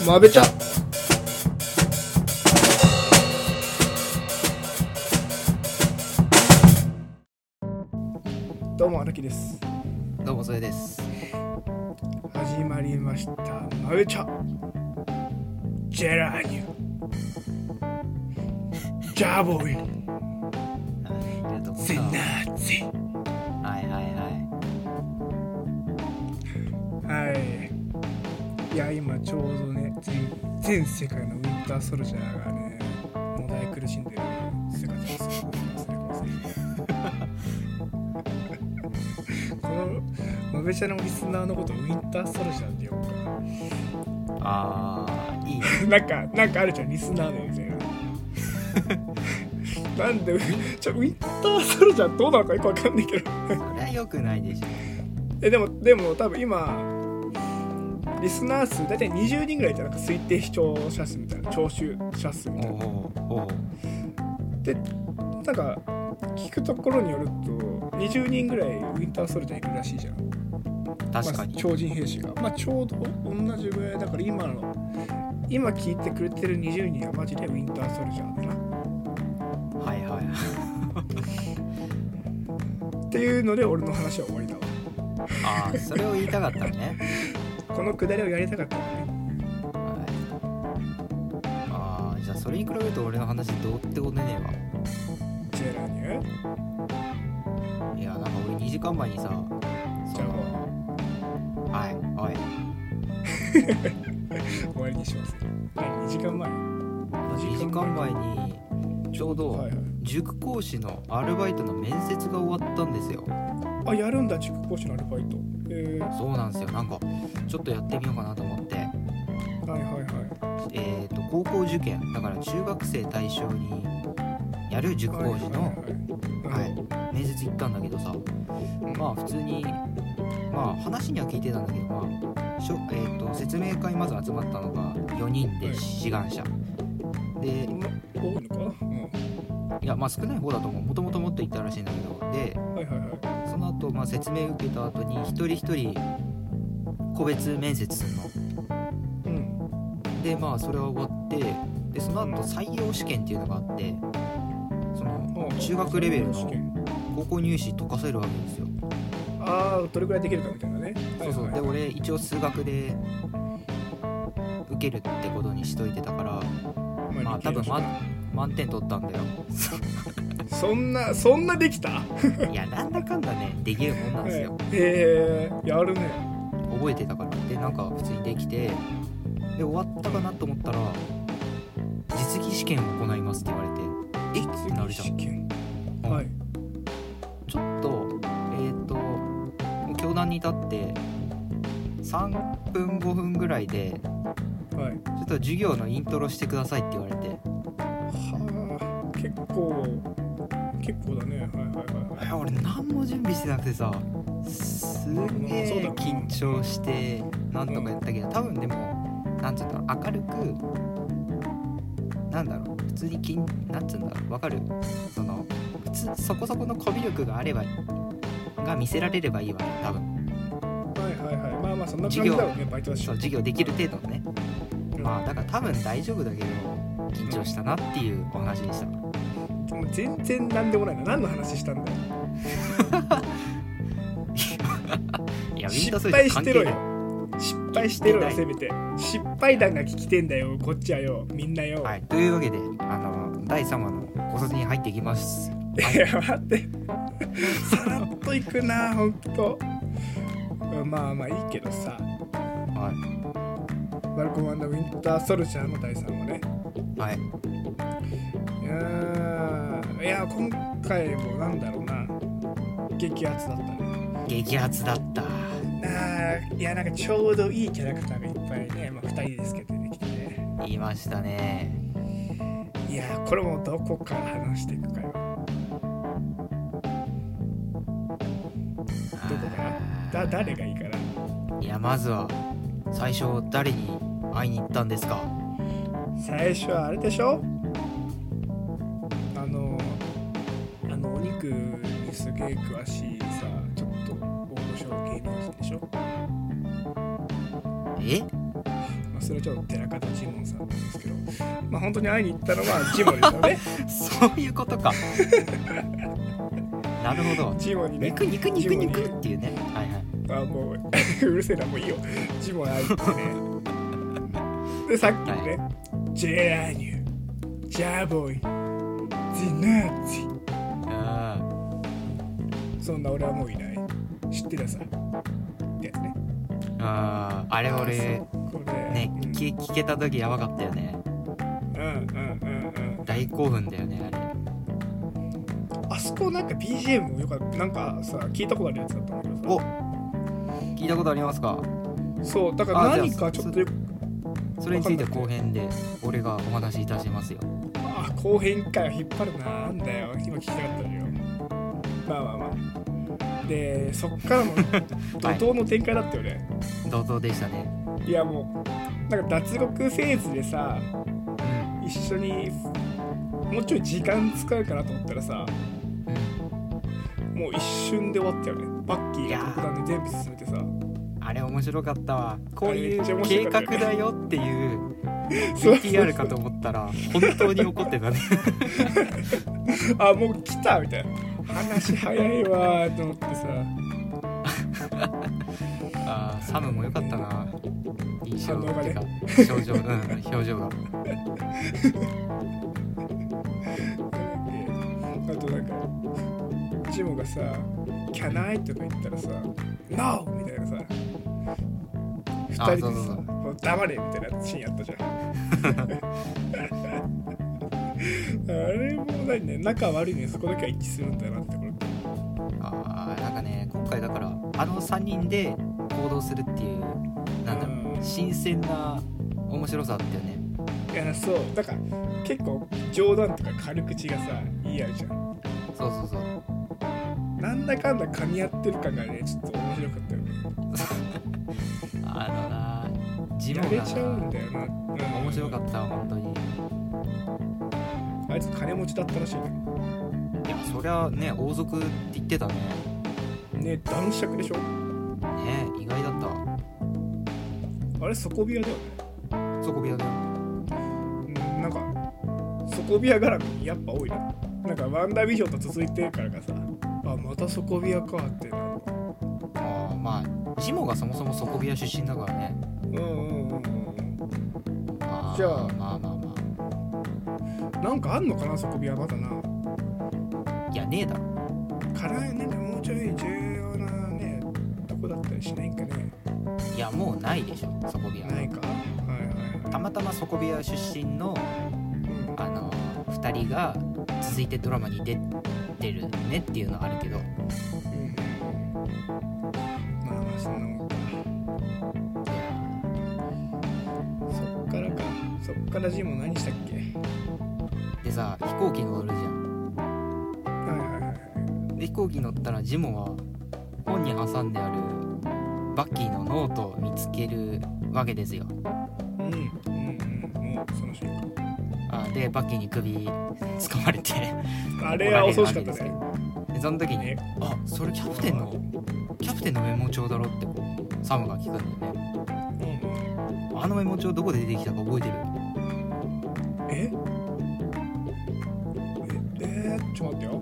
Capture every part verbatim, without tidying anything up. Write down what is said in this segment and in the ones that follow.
まべちゃどうも荒木です。 どうもそれです。 始まりましたまべちゃジェラーニュジャーボーイセナーツはいはいはいはいいや今ちょうどね 全, 全世界のウィンターソルジャーがねもだえ苦しんでる世界ですよこのまべちゃのリスナーのことをウィンターソルジャーって呼ぶか。 あーいいねなんかなんかあるじゃんリスナーでみたいななんでちょウィンターソルジャーどうなのかよくわかんないけどそれは良くないでしょ。 えでもでも多分今リスナー数だいたいにじゅうにんぐらいじゃなんか推定視聴者数みたいな聴取者数みたいな。 おうおうでなんか聞くところによるとにじゅうにんぐらいウィンターソルジャーいるらしいじゃん。 確かに、 まあ、超人兵士がまあちょうど同じぐらいだから今の今聞いてくれてるにじゅうにんはマジでウィンターソルジャーだな。 はいはいっていうので俺の話は終わりだわ。 ああそれを言いたかったねこのくだりをやりたかったのね。 はい、ああじゃあそれに比べると俺の話どうってことねえわ。 ジェラニュいやなんか俺にじかんまえにさそのはいはい終わりにしますよ。にじかんまえにじかんまえにちょうど塾講師のアルバイトの面接が終わったんですよ。 あやるんだ塾講師のアルバイト。えー、 そうなんですよ。なんかちょっとやってみようかなと思って。 はいはいはい。 えーと高校受験だから中学生対象にやる塾講師の、はいはいはい、面接行ったんだけどさ、まあ普通にまあ話には聞いてたんだけど、まあしょ、えー、と説明会まず集まったのがよにんで志願者、はい、で多いのかな、うん、 いやまあ少ない方だと思う。もともともっといったらしいんだけど、で、 はいはいはい、 その後、まあ説明受けた後に一人一人個別面接するの、うん、でまあそれは終わって、でその後採用試験っていうのがあって、その中学レベルの高校入試解かせるわけですよ。 ああどれくらいできるかみたいなね。 そうそう、はいはい、で俺一応数学で受けるってことにしといてたから、まあ、まあ、多分満満点取ったんだよそんなそんなできたいやなんだかんだねできるもんなんですよ。 へえー、やるね。 覚えてたから。でなんか普通にできて、で終わったかなと思ったら実技試験を行いますって言われて、えっってなるじゃん。 うん、はい。 ちょっとえっ、ー、と教壇に立ってさんぷんごふんぐらいで、はい、ちょっと授業のイントロしてくださいって言われて、 はあ結構結構だね。はいはいはい、はい、 俺何も準備してなくてさ、すげえ緊張してなんとかやったけど、多分でもなんつうんだろう、明るくなんだろう、普通にきんなんつうんだろう、わかる、その普通そこそこのコミュ力があればが見せられればいいわけ多分。 はいはいはい、まあまあそんな感じだろうね。バイトだし。 そう授業できる程度のね、うん、まあだから多分大丈夫だけど緊張したなっていうお話でした。 もう全然なんでもないな。何の話したんだよいや失敗してろよ。失敗してろよ、せめて。失敗談が聞きてんだよこっちはよ、みんなよ。 はい、というわけであのだいさんわの考察に入っていきます。 いや待ってさらっといくなほんと。まあまあいいけどさ、はい、マルコム&ウィンターソルジャーのだいさんわね。 はい。 いやいや今回もなんだろうな、激アツだったね。 激アツだった。 あいやなんかちょうどいいキャラクターがいっぱいね、まあ、ふたりですけど出てきてね。 言いましたね。 いやこれもどこから話していくかよ。どこからだ誰がいいかな。 いやまずは最初誰に会いに行ったんですか。 最初はあれでしょ、あのあのお肉にすげえ詳しいさ、ちょっと大御所芸能人でしょ。 え、 まあ、 それはちょっと寺門ジモンさんなんですけど、まあ本当に会いに行ったのはジモンですよねそういうことかなるほど、 ジモンにね、 肉肉肉肉っていうね、はいはい、 あもううるせえな、もういいよ、ジモン会いに行ってねでさっきのね、はい、ジェラーニュジャーボーイジナーチ、 あそんな俺はもういない、知ってたさってやつね。 ああ、あれ俺これね、 うん、 聞, 聞けた時やばかったよね。 うんうんうんうん、 大興奮だよねあれ。 あそこなんか ビージーエム もよかった、なんかさ聞いたことあるやつだったんだけどさ。 お、聞いたことありますか。 そうだから何かちょっとよくそ, それについて後編で俺がお話しいたしますよ。 あ、後編かよ、引っ張るな、なんだよ今聞きたかったのよ。まあまあまあ、でそっからの怒涛の展開だったよね、 はい、怒涛でしたね。 いやもうなんか脱獄フェーズでさ、うん、一緒にもうちょい時間使うかなと思ったらさ、うん、もう一瞬で終わったよね。バッキーが特段で全部進めてさ、 あれ面白かったわ。こういう計画だよっていうブイティーアール かと思ったら本当に怒ってたねあ、もう来たみたいな、話早いわーと思ってさあ、サムも良かったな、印象っていうか、 ね、 表情、うん、表情があとなんかジモがさ Can I? とか言ったらさ No! みたいなさ、ふたりでさ、もう黙れみたいなシーンあったじゃんあれも何ね、仲悪いね、そこだけは一致するんだなってこれ。 あー、なんかね、今回だからあのさんにんで行動するっていうなんだろう、新鮮な面白さあったよね。 いや、そうだから結構冗談とか軽口がさ言い合うじゃん。 そうそうそう、 なんだかんだ噛み合ってる感がね、ちょっと面白かったよねあのな、ジモがやれちゃうんだよな、うん、 面白かった本当に。 あいつ金持ちだったらしいね。 いや、そりゃね、王族って言ってたね。 ね、男爵でしょ。 ね、意外だった。 あれ底ビアだよね。 底ビアだよ。 うん、なんか底ビア絡みやっぱ多いな。なんかワンダービジョンと続いてるからかさ、あ、また底ビアかってなる。 ああ、まあジモがそもそも底ビア出身だからね。 うんうんうんうん。 あ、 じゃあまあまあまあ、なんかあんのかな、底ビアまだな。 いや、ねえだろ。 からなんかもうちょい重要なねとこだったりしないんかね。 いや、もうないでしょ、底ビア。 ないか。はいはいはい。 たまたま底ビア出身の、うん、あのふたりが続いてドラマに出てるねっていうのはあるけど、うん、 まあまあそんなもんか。そっからか。そっからジモ何したっけ。 でさ、飛行機乗るじゃん。 はいはいはい。 で飛行機乗ったらジモは本に挟んであるバッキーのノートを見つけるわけですよ。 うんうんうん、もうその瞬間。 あでバッキーに首掴まれてあれは恐ろしかったね。 でその時に、ね、あ、それキャプテンのキャプテンのメモ帳だろってこうサムが聞くんだよね。うん、あのメモ帳どこで出てきたか覚えてる？ えええー、ちょっと待ってよ。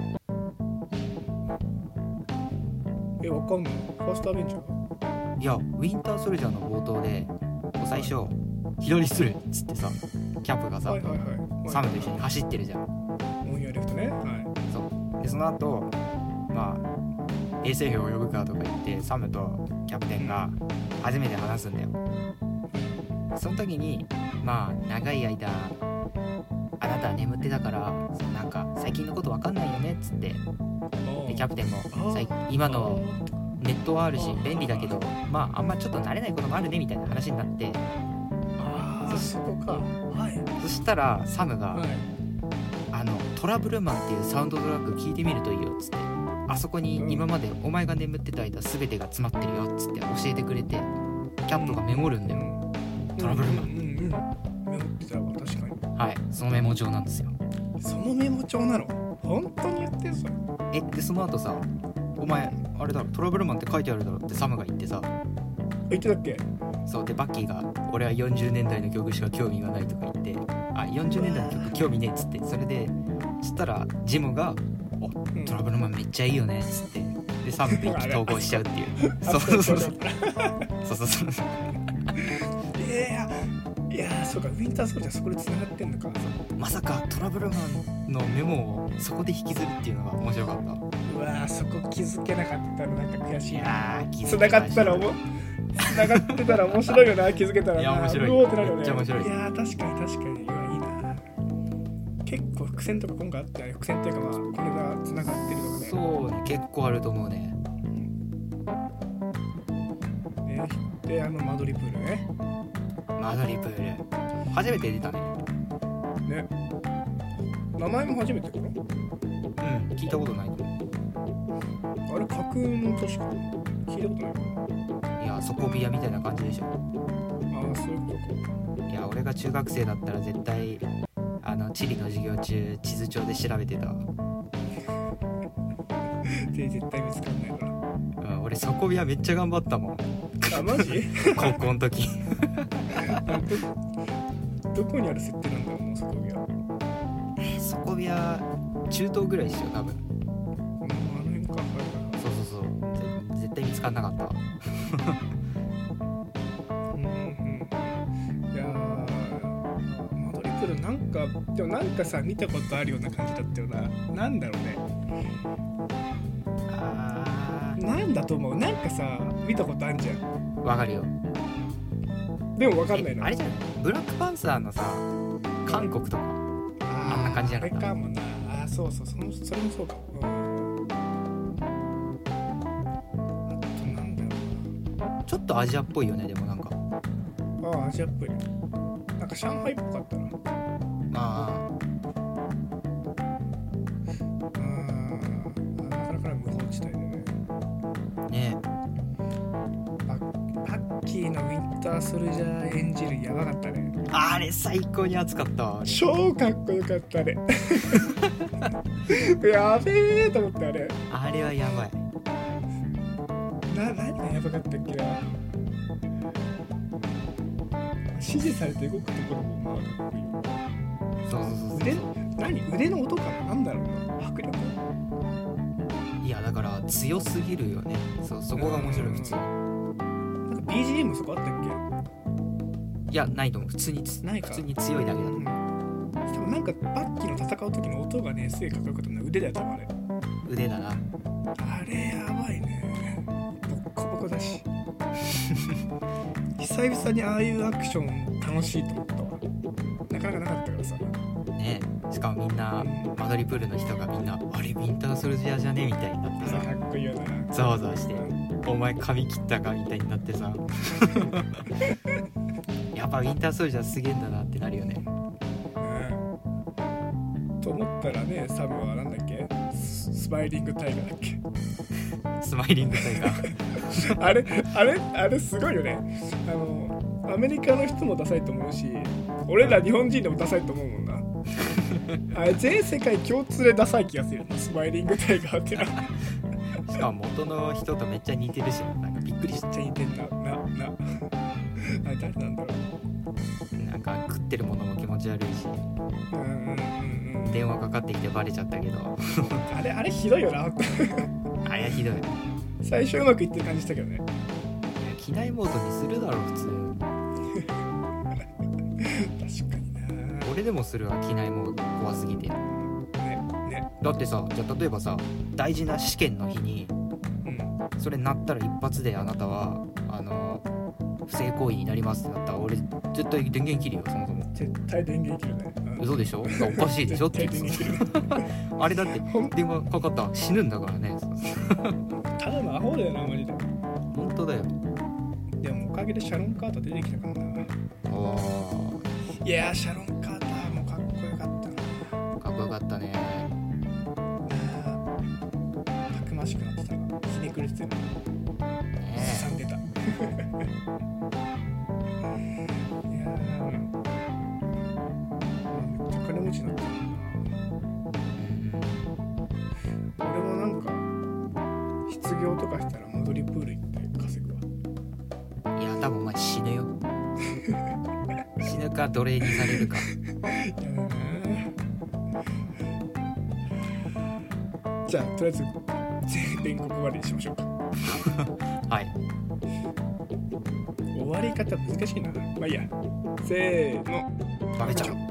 え、わかんない。ファーストアベンジャー？ いや、ウィンターソルジャーの冒頭で最初左失礼っつってさ、キャップがさ、はいはいはい、サムと一緒に走ってるじゃん。 オンヤレフトね。はい。 そうでその後、まあ衛星兵を呼ぶかとか言ってサムとキャプテンが初めて話すんだよ。その時にまあ長い間あなたは眠ってたからなんか最近のこと分かんないよねっつって、でキャプテンも今のネットはあるし便利だけど、まああんまちょっと慣れないこともあるねみたいな話になって、 ああそこか。はい。 そしたらサムが、はい、あのトラブルマンっていうサウンドトラック聞いてみるといいよっつって、あそこに今までお前が眠ってた間全てが詰まってるよっつって教えてくれて、キャップがメモるんだよ、うん、トラブルマン、うんうんうん、 メモってたわ。確かに。 はい、そのメモ帳なんですよ。 そのメモ帳なの？本当に言ってんすよ。 え、でその後さ、お前あれだろトラブルマンって書いてあるだろってサムが言ってさ、 言ってたっけ？ そうでバッキーが俺はよんじゅうねんだいの曲しか興味がないとか言って、あよんじゅうねんだいの曲興味ねえっつって、それでそしたらジムがおトラブルマンめっちゃいいよねっつって、でサムと意気投合しちゃうっていうそうそうそうそうそうそういやいやそうか、ウィンターソルジャーそこで繋がってんのか。 まさかトラブルマンのメモをそこで引きずるっていうのが面白かった。 うわーそこ気づけなかったらなんか悔しい。 いやー気づ繋がったらも繋がってたら面白いよな気づけたらな。 いや面白い、 うおーってなるよね。 めっちゃ面白い。 いやー確かに確かに、いやいいな。結構伏線とか今回あったよ。伏線っていうかまあこれが繋がってるのがね。 そうね、結構あると思うね。 で, であのマドリプールね。 マドリプール初めて出たね。 ね。名前も初めてかな。うん聞いたことないと思う。あれ架空の確か聞いたことないかな。いやソコビアみたいな感じでしょ。 ああそういうことか。 いや俺が中学生だったら絶対あの地理の授業中地図帳で調べてた。 で絶対見つかんないから。 うん、俺ソコビアめっちゃ頑張ったもん。 あマジ高校の時ど, どこにある設定なんだろうなソコビア。 ソコビア中東ぐらいでしょ多分。 うん、あの辺か。 そうそうそう絶対見つかんなかったうんうんいやマドリプールなんかでもなんかさ見たことあるような感じだったよな。なんだろうね。 あなんだと思う。なんかさ見たことあるじゃん。 わかるよ。 でもわかんないな。 あれじゃないブラックパンサーのさ韓国とかああんな感じじゃなかった。 あれかもな。あそうそうそのそれもそうかも。うん、あとなんだろうな。 ちょっとアジアっぽいよねでもなんか。 ああアジアっぽいね。なんか上海っぽかったな。 ああなかなか無法地帯でね。 ねバッキーのウィンターソルジャー演じるやばかったね。 あれ最高に熱かったわ。 超かっこよかったあれやべえと思ってあれ。 あれはやばい。 な何がやばかったっけな。指示されて動くところもまあかっこいいよ。 そうそうそう腕何腕の音かな。なんだろうな迫力。 いやだから強すぎるよね。そうそこが面白い普通に。 なんか ビージーエム そこあったっいやないと思う。普通にないか普通に強いだけだとけ。 思う。 しかもなんかバッキーの戦う時の音がねすげえかっこよかったな。腕だよ多分あれ。 腕だな。 あれやばいね。ボッコボコだし久々にああいうアクション楽しいと思ったわ。なかなかなかったからさね。しかもみんなマドリプールの人がみんなあれウィンターソルジャーじゃねみたいになってさかっこいいよな。 ざわざわしてお前髪切ったかみたいになってさやっぱウィンターソルジャーすげえんだなってなるよね。 ねと思ったらねサムはなんだっけ ス, スマイリングタイガーだっけスマイリングタイガーあれあれあれすごいよね。あのアメリカの人もダサいと思うし俺ら日本人でもダサいと思うもんなあれ全世界共通でダサい気がするスマイリングタイガーってなしかも元の人とめっちゃ似てるしなんかびっくりした。 めっちゃ似てんなななあれ誰なんだろう。 なんか食ってるものも気持ち悪いしうんうんうんうん電話かかってきてバレちゃったけどあれあれひどいよなあれはひどい。 最初うまくいってる感じしたけどね。 機内モードにするだろ普通。 確かにな。 俺でもするわ機内モード怖すぎて。 ねねだってさじゃあ例えばさ大事な試験の日にうんそれ鳴ったら一発であなたはあの不正行為になりますってなったら俺絶対電源切るよそもそも。 絶対電源切るね。うん嘘でしょおかしいでしょって絶言対って電源切るあれだって電話かかったら死ぬんだからねただのアホだよなマジで。 本当だよ。 でもおかげでシャロン・カーター出てきたからな。 あいやーシャロン・カーターもかっこよかったな。 ーかっこよかったね。 たくましくなってた。ひねくれてたよ。すさんでた。いやーめっちゃ金持ちになったな。俺もなんか失業とかしたらマドリプール行って稼ぐわ。 いや多分お前前死ぬよ死ぬか奴隷にされるか。 やだな。じゃあとりあえず前編ここまでにしましょうか。 はい。 終わり方難しいな。まあいいや。せーの。 バレちゃう。